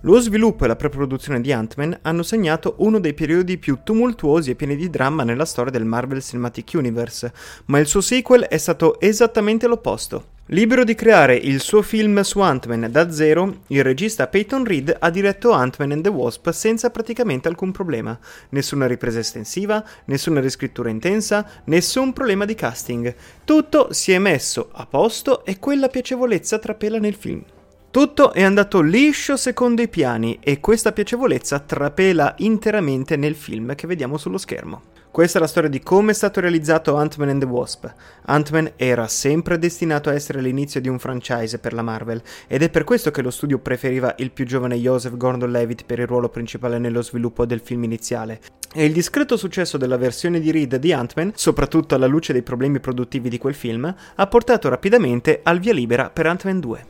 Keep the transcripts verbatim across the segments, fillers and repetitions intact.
Lo sviluppo e la pre-produzione di Ant-Man hanno segnato uno dei periodi più tumultuosi e pieni di dramma nella storia del Marvel Cinematic Universe, ma il suo sequel è stato esattamente l'opposto. Libero di creare il suo film su Ant-Man da zero, il regista Peyton Reed ha diretto Ant-Man and the Wasp senza praticamente alcun problema. Nessuna ripresa estensiva, nessuna riscrittura intensa, nessun problema di casting. Tutto si è messo a posto e quella piacevolezza trapela nel film. Tutto è andato liscio secondo i piani e questa piacevolezza trapela interamente nel film che vediamo sullo schermo. Questa è la storia di come è stato realizzato Ant-Man and the Wasp. Ant-Man era sempre destinato a essere l'inizio di un franchise per la Marvel ed è per questo che lo studio preferiva il più giovane Joseph Gordon-Levitt per il ruolo principale nello sviluppo del film iniziale. E il discreto successo della versione di Reed di Ant-Man, soprattutto alla luce dei problemi produttivi di quel film, ha portato rapidamente al via libera per Ant-Man due.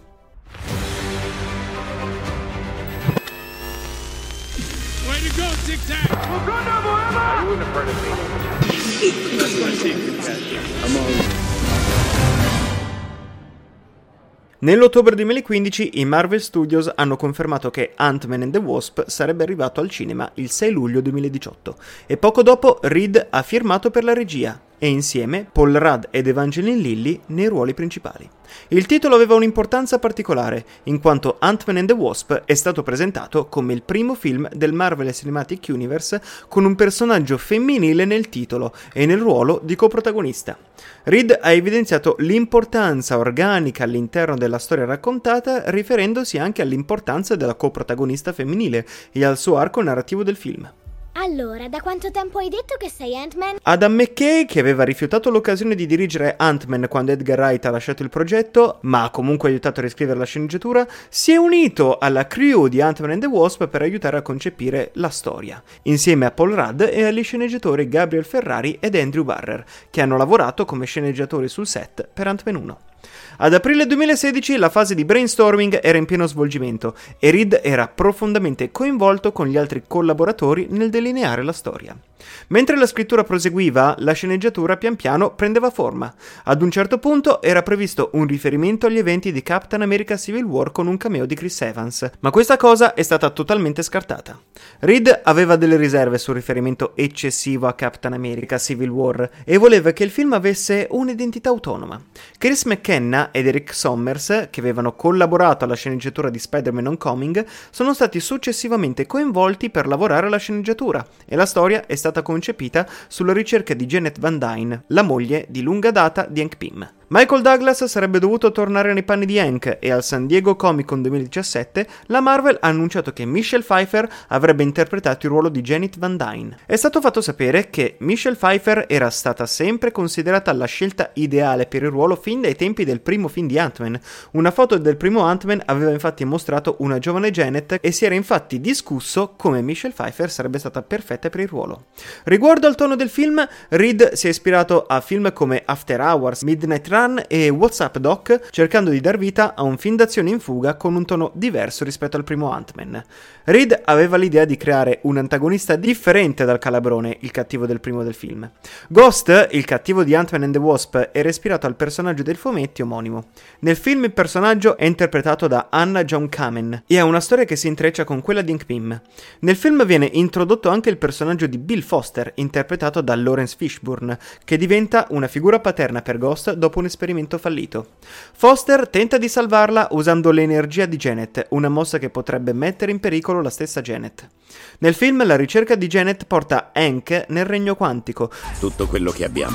Nell'ottobre duemilaquindici i Marvel Studios hanno confermato che Ant-Man and the Wasp sarebbe arrivato al cinema il sei luglio duemiladiciotto e poco dopo Reed ha firmato per la regia e insieme Paul Rudd ed Evangeline Lilly nei ruoli principali. Il titolo aveva un'importanza particolare, in quanto Ant-Man and the Wasp è stato presentato come il primo film del Marvel Cinematic Universe con un personaggio femminile nel titolo e nel ruolo di coprotagonista. Reed ha evidenziato l'importanza organica all'interno della storia raccontata, riferendosi anche all'importanza della coprotagonista femminile e al suo arco narrativo del film. Allora, da quanto tempo hai detto che sei Ant-Man? Adam McKay, che aveva rifiutato l'occasione di dirigere Ant-Man quando Edgar Wright ha lasciato il progetto, ma ha comunque aiutato a riscrivere la sceneggiatura, si è unito alla crew di Ant-Man and the Wasp per aiutare a concepire la storia, insieme a Paul Rudd e agli sceneggiatori Gabriel Ferrari ed Andrew Barrer, che hanno lavorato come sceneggiatori sul set per Ant-Man uno. Ad aprile duemilasedici la fase di brainstorming era in pieno svolgimento e Reed era profondamente coinvolto con gli altri collaboratori nel delineare la storia. Mentre la scrittura proseguiva, la sceneggiatura pian piano prendeva forma. Ad un certo punto era previsto un riferimento agli eventi di Captain America Civil War con un cameo di Chris Evans, ma questa cosa è stata totalmente scartata. Reed aveva delle riserve sul riferimento eccessivo a Captain America Civil War e voleva che il film avesse un'identità autonoma. Chris McKenna ed Eric Sommers, che avevano collaborato alla sceneggiatura di Spider-Man Homecoming, sono stati successivamente coinvolti per lavorare alla sceneggiatura e la storia è stata concepita sulla ricerca di Janet Van Dyne, la moglie di lunga data di Hank Pym. Michael Douglas sarebbe dovuto tornare nei panni di Hank e al San Diego Comic Con duemiladiciassette la Marvel ha annunciato che Michelle Pfeiffer avrebbe interpretato il ruolo di Janet Van Dyne. È stato fatto sapere che Michelle Pfeiffer era stata sempre considerata la scelta ideale per il ruolo fin dai tempi del primo film di Ant-Man. Una foto del primo Ant-Man aveva infatti mostrato una giovane Janet e si era infatti discusso come Michelle Pfeiffer sarebbe stata perfetta per il ruolo. Riguardo al tono del film, Reed si è ispirato a film come After Hours, Midnight Run e What's Up Doc, cercando di dar vita a un film d'azione in fuga con un tono diverso rispetto al primo Ant-Man. Reed aveva l'idea di creare un antagonista differente dal Calabrone, il cattivo del primo del film. Ghost, il cattivo di Ant-Man and the Wasp, era ispirato al personaggio del fumetti omonimo. Nel film il personaggio è interpretato da Anna John Kamen e ha una storia che si intreccia con quella di Hank Pym. Nel film viene introdotto anche il personaggio di Bill Foster, interpretato da Lawrence Fishburne, che diventa una figura paterna per Ghost dopo un esperimento fallito. Foster tenta di salvarla usando l'energia di Janet, una mossa che potrebbe mettere in pericolo la stessa Janet. Nel film la ricerca di Janet porta Hank nel regno quantico. Tutto quello che abbiamo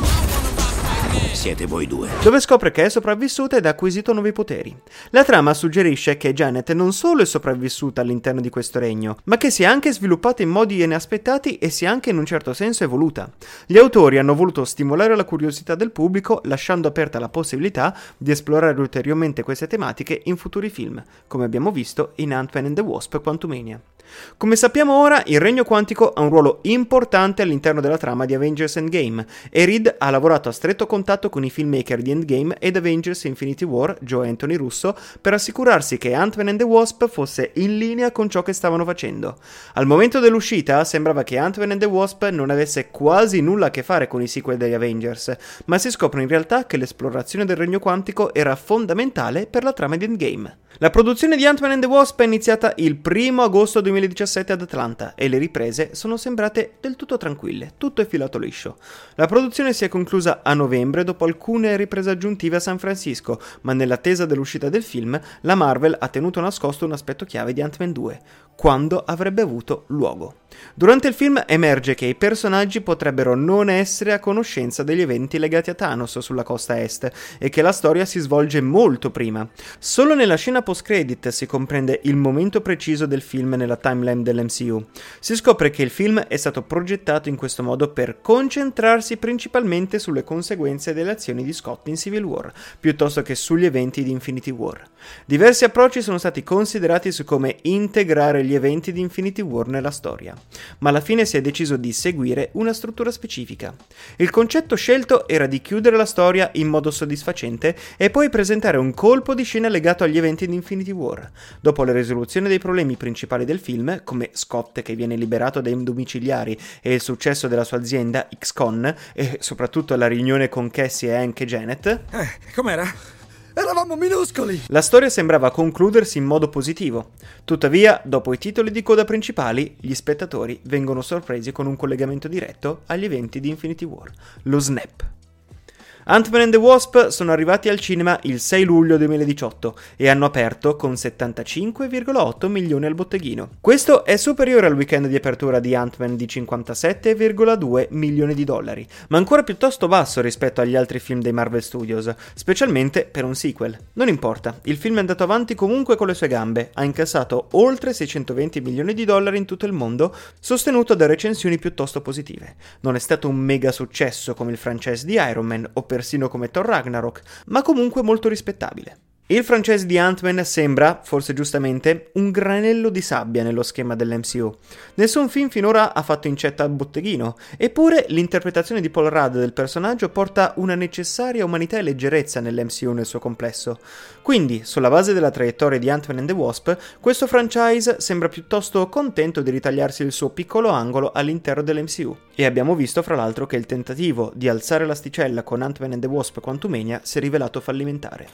siete voi due. Dove scopre che è sopravvissuta ed ha acquisito nuovi poteri. La trama suggerisce che Janet non solo è sopravvissuta all'interno di questo regno, ma che si è anche sviluppata in modi inaspettati e sia anche in un certo senso evoluta. Gli autori hanno voluto stimolare la curiosità del pubblico, lasciando aperta la possibilità di esplorare ulteriormente queste tematiche in futuri film, come abbiamo visto in Ant-Man and the Wasp Quantumania. Come sappiamo ora, il Regno Quantico ha un ruolo importante all'interno della trama di Avengers Endgame e Reed ha lavorato a stretto contatto con i filmmaker di Endgame ed Avengers Infinity War, Joe e Anthony Russo, per assicurarsi che Ant-Man and the Wasp fosse in linea con ciò che stavano facendo. Al momento dell'uscita sembrava che Ant-Man and the Wasp non avesse quasi nulla a che fare con i sequel degli Avengers, ma si scopre in realtà che l'esplorazione del Regno Quantico era fondamentale per la trama di Endgame. La produzione di Ant-Man and the Wasp è iniziata il primo agosto duemiladiciassette ad Atlanta e le riprese sono sembrate del tutto tranquille, tutto è filato liscio. La produzione si è conclusa a novembre dopo alcune riprese aggiuntive a San Francisco, ma nell'attesa dell'uscita del film, la Marvel ha tenuto nascosto un aspetto chiave di Ant-Man due, quando avrebbe avuto luogo. Durante il film emerge che i personaggi potrebbero non essere a conoscenza degli eventi legati a Thanos sulla costa est e che la storia si svolge molto prima. Solo nella scena post-credit si comprende il momento preciso del film nella timeline dell'M C U. Si scopre che il film è stato progettato in questo modo per concentrarsi principalmente sulle conseguenze delle azioni di Scott in Civil War, piuttosto che sugli eventi di Infinity War. Diversi approcci sono stati considerati su come integrare gli eventi di Infinity War nella storia, ma alla fine si è deciso di seguire una struttura specifica. Il concetto scelto era di chiudere la storia in modo soddisfacente e poi presentare un colpo di scena legato agli eventi di Infinity War. Dopo la risoluzione dei problemi principali del film, come Scott che viene liberato dai domiciliari e il successo della sua azienda X-Con, e soprattutto la riunione con Cassie e anche Janet, Eh, com'era? Eravamo minuscoli! la storia sembrava concludersi in modo positivo. Tuttavia, dopo i titoli di coda principali, gli spettatori vengono sorpresi con un collegamento diretto agli eventi di Infinity War, lo snap. Ant-Man and the Wasp sono arrivati al cinema il sei luglio duemiladiciotto e hanno aperto con settantacinque virgola otto milioni al botteghino. Questo è superiore al weekend di apertura di Ant-Man di cinquantasette virgola due milioni di dollari, ma ancora piuttosto basso rispetto agli altri film dei Marvel Studios, specialmente per un sequel. Non importa, il film è andato avanti comunque con le sue gambe, ha incassato oltre seicentoventi milioni di dollari in tutto il mondo, sostenuto da recensioni piuttosto positive. Non è stato un mega successo come il franchise di Iron Man o persino come Thor Ragnarok, ma comunque molto rispettabile. Il franchise di Ant-Man sembra, forse giustamente, un granello di sabbia nello schema dell'M C U. Nessun film finora ha fatto incetta al botteghino, eppure l'interpretazione di Paul Rudd del personaggio porta una necessaria umanità e leggerezza nell'M C U nel suo complesso. Quindi, sulla base della traiettoria di Ant-Man and the Wasp, questo franchise sembra piuttosto contento di ritagliarsi il suo piccolo angolo all'interno dell'M C U. E abbiamo visto fra l'altro che il tentativo di alzare l'asticella con Ant-Man and the Wasp Quantumania si è rivelato fallimentare.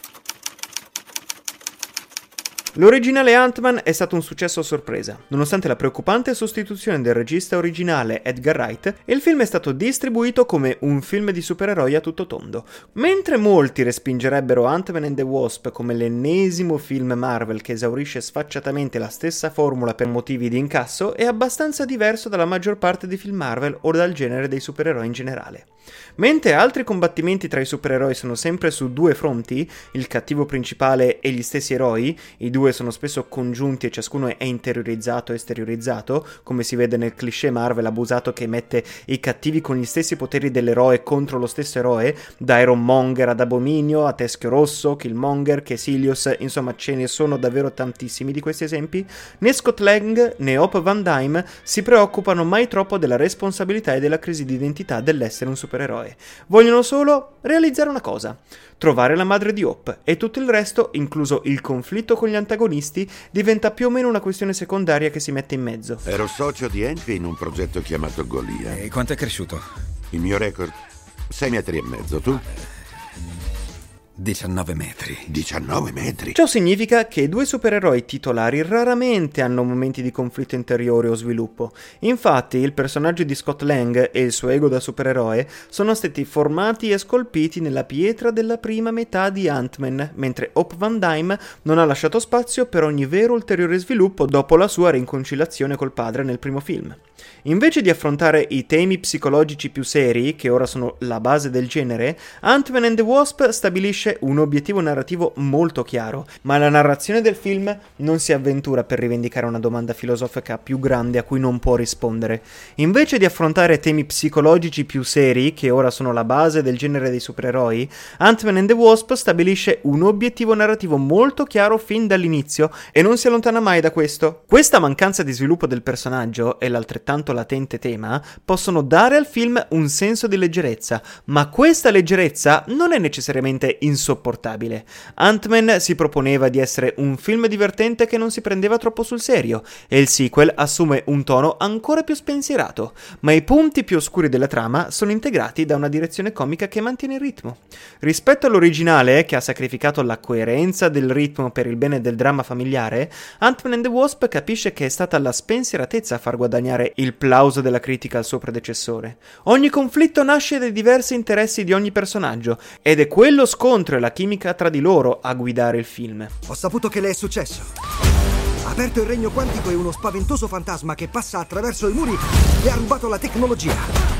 L'originale Ant-Man è stato un successo a sorpresa. Nonostante la preoccupante sostituzione del regista originale Edgar Wright, il film è stato distribuito come un film di supereroi a tutto tondo. Mentre molti respingerebbero Ant-Man and the Wasp come l'ennesimo film Marvel che esaurisce sfacciatamente la stessa formula per motivi di incasso, è abbastanza diverso dalla maggior parte dei film Marvel o dal genere dei supereroi in generale. Mentre altri combattimenti tra i supereroi sono sempre su due fronti, il cattivo principale e gli stessi eroi, i due sono spesso congiunti e ciascuno è interiorizzato e esteriorizzato, come si vede nel cliché Marvel abusato che mette i cattivi con gli stessi poteri dell'eroe contro lo stesso eroe, da Ironmonger ad Abominio, a Teschio Rosso, Killmonger, Caecilius, insomma ce ne sono davvero tantissimi di questi esempi. Né Scott Lang né Hope Van Dyne si preoccupano mai troppo della responsabilità e della crisi di identità dell'essere un supereroe. Vogliono solo realizzare una cosa: trovare la madre di Hope, e tutto il resto, incluso il conflitto con gli antagonisti, diventa più o meno una questione secondaria che si mette in mezzo. Ero socio di Envy in un progetto chiamato Golia. E quanto è cresciuto? Il mio record? sei metri e mezzo, tu? diciannove metri. diciannove metri? Ciò significa che i due supereroi titolari raramente hanno momenti di conflitto interiore o sviluppo. Infatti, il personaggio di Scott Lang e il suo ego da supereroe sono stati formati e scolpiti nella pietra della prima metà di Ant-Man, mentre Hope Van Dyne non ha lasciato spazio per ogni vero ulteriore sviluppo dopo la sua riconciliazione col padre nel primo film. Invece di affrontare i temi psicologici più seri, che ora sono la base del genere, Ant-Man and the Wasp stabilisce stabilisce un obiettivo narrativo molto chiaro, ma la narrazione del film non si avventura per rivendicare una domanda filosofica più grande a cui non può rispondere. Invece di affrontare temi psicologici più seri, che ora sono la base del genere dei supereroi, Ant-Man and the Wasp stabilisce un obiettivo narrativo molto chiaro fin dall'inizio e non si allontana mai da questo. Questa mancanza di sviluppo del personaggio e l'altrettanto latente tema possono dare al film un senso di leggerezza, ma questa leggerezza non è necessariamente insopportabile. Ant-Man si proponeva di essere un film divertente che non si prendeva troppo sul serio, e il sequel assume un tono ancora più spensierato, ma i punti più oscuri della trama sono integrati da una direzione comica che mantiene il ritmo. Rispetto all'originale, che ha sacrificato la coerenza del ritmo per il bene del dramma familiare, Ant-Man and the Wasp capisce che è stata la spensieratezza a far guadagnare il plauso della critica al suo predecessore. Ogni conflitto nasce dai diversi interessi di ogni personaggio, ed è quello scontro e la chimica tra di loro a guidare il film. Ho saputo che le è successo. Ha aperto il regno quantico e uno spaventoso fantasma che passa attraverso i muri le ha rubato la tecnologia.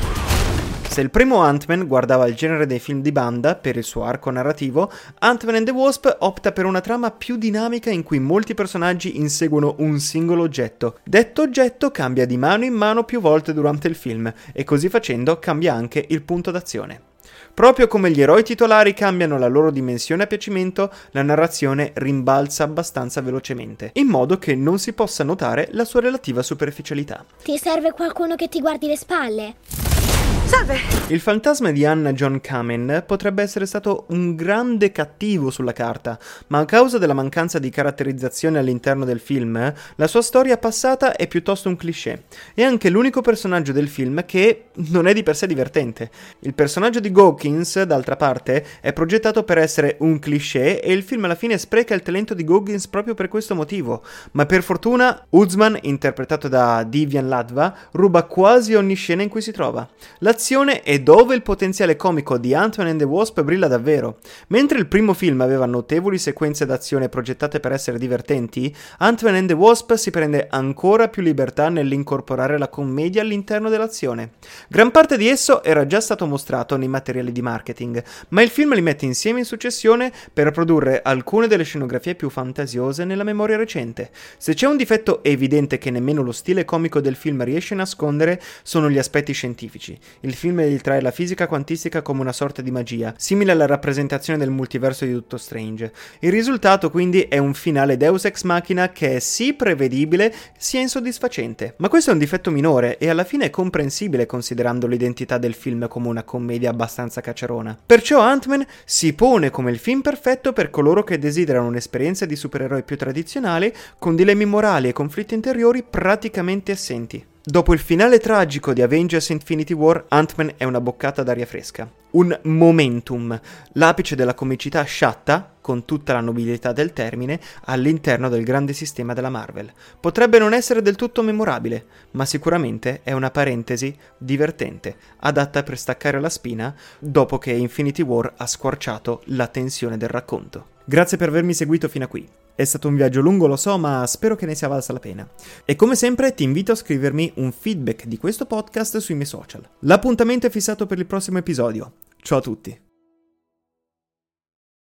Se il primo Ant-Man guardava il genere dei film di banda per il suo arco narrativo, Ant-Man and the Wasp opta per una trama più dinamica in cui molti personaggi inseguono un singolo oggetto. Detto oggetto cambia di mano in mano più volte durante il film, e così facendo cambia anche il punto d'azione. Proprio come gli eroi titolari cambiano la loro dimensione a piacimento, la narrazione rimbalza abbastanza velocemente, in modo che non si possa notare la sua relativa superficialità. Ti serve qualcuno che ti guardi le spalle? Salve! Il fantasma di Hannah John Kamen potrebbe essere stato un grande cattivo sulla carta, ma a causa della mancanza di caratterizzazione all'interno del film, la sua storia passata è piuttosto un cliché. È anche l'unico personaggio del film che non è di per sé divertente. Il personaggio di Goggins, d'altra parte, è progettato per essere un cliché e il film alla fine spreca il talento di Goggins proprio per questo motivo. Ma per fortuna, Uzman, interpretato da Divian Ladva, ruba quasi ogni scena in cui si trova. L'azione è dove il potenziale comico di Ant-Man and the Wasp brilla davvero. Mentre il primo film aveva notevoli sequenze d'azione progettate per essere divertenti, Ant-Man and the Wasp si prende ancora più libertà nell'incorporare la commedia all'interno dell'azione. Gran parte di esso era già stato mostrato nei materiali di marketing, ma il film li mette insieme in successione per produrre alcune delle scenografie più fantasiose nella memoria recente. Se c'è un difetto evidente che nemmeno lo stile comico del film riesce a nascondere, sono gli aspetti scientifici. Il film ritrae la fisica quantistica come una sorta di magia, simile alla rappresentazione del multiverso di Doctor Strange. Il risultato quindi è un finale Deus Ex Machina che è sì prevedibile sia insoddisfacente, ma questo è un difetto minore e alla fine è comprensibile considerando l'identità del film come una commedia abbastanza cacciarona. Perciò Ant-Man si pone come il film perfetto per coloro che desiderano un'esperienza di supereroi più tradizionale, con dilemmi morali e conflitti interiori praticamente assenti. Dopo il finale tragico di Avengers Infinity War, Ant-Man è una boccata d'aria fresca. Un momentum, l'apice della comicità sciatta, con tutta la nobiltà del termine, all'interno del grande sistema della Marvel. Potrebbe non essere del tutto memorabile, ma sicuramente è una parentesi divertente, adatta per staccare la spina dopo che Infinity War ha squarciato la tensione del racconto. Grazie per avermi seguito fino a qui. È stato un viaggio lungo, lo so, ma spero che ne sia valsa la pena. E come sempre ti invito a scrivermi un feedback di questo podcast sui miei social. L'appuntamento è fissato per il prossimo episodio. Ciao a tutti!